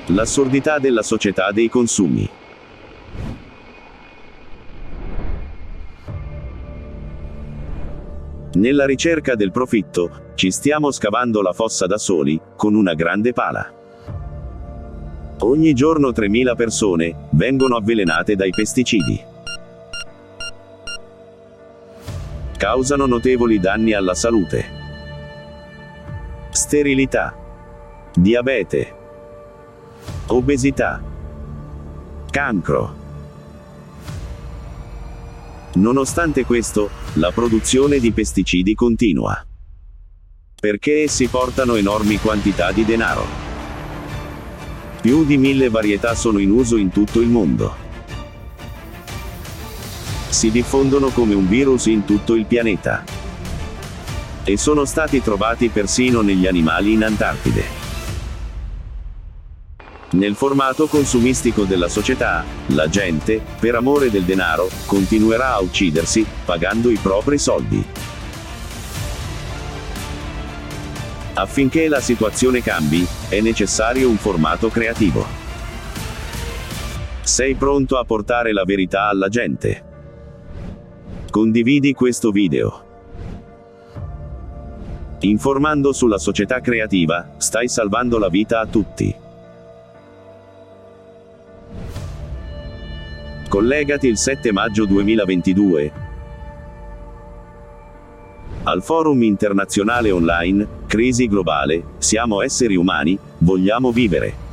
L'assurdità della società dei consumi. Nella ricerca del profitto, ci stiamo scavando la fossa da soli, con una grande pala. Ogni giorno 3.000 persone vengono avvelenate dai pesticidi. Causano notevoli danni alla salute. Sterilità, diabete, obesità, cancro. Nonostante questo, la produzione di pesticidi continua. Perché essi portano enormi quantità di denaro. Più di 1.000 varietà sono in uso in tutto il mondo. Si diffondono come un virus in tutto il pianeta. E sono stati trovati persino negli animali in Antartide. Nel formato consumistico della società, la gente, per amore del denaro, continuerà a uccidersi, pagando i propri soldi. Affinché la situazione cambi, è necessario un formato creativo. Sei pronto a portare la verità alla gente? Condividi questo video. Informando sulla società creativa, stai salvando la vita a tutti. Collegati il 7 maggio 2022 al forum internazionale online, Crisi globale, siamo esseri umani, vogliamo vivere.